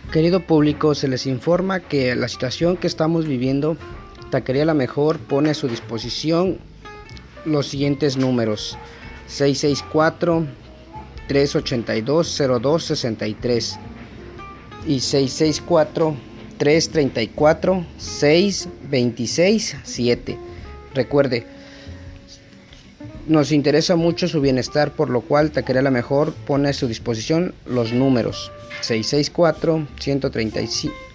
Querido público, se les informa que la situación que estamos viviendo, Taquería La Mejor pone a su disposición los siguientes números: 664-382-0263 y 664-334-6267. Recuerde, nos interesa mucho su bienestar, por lo cual Taquería La Mejor pone a su disposición los números 664-135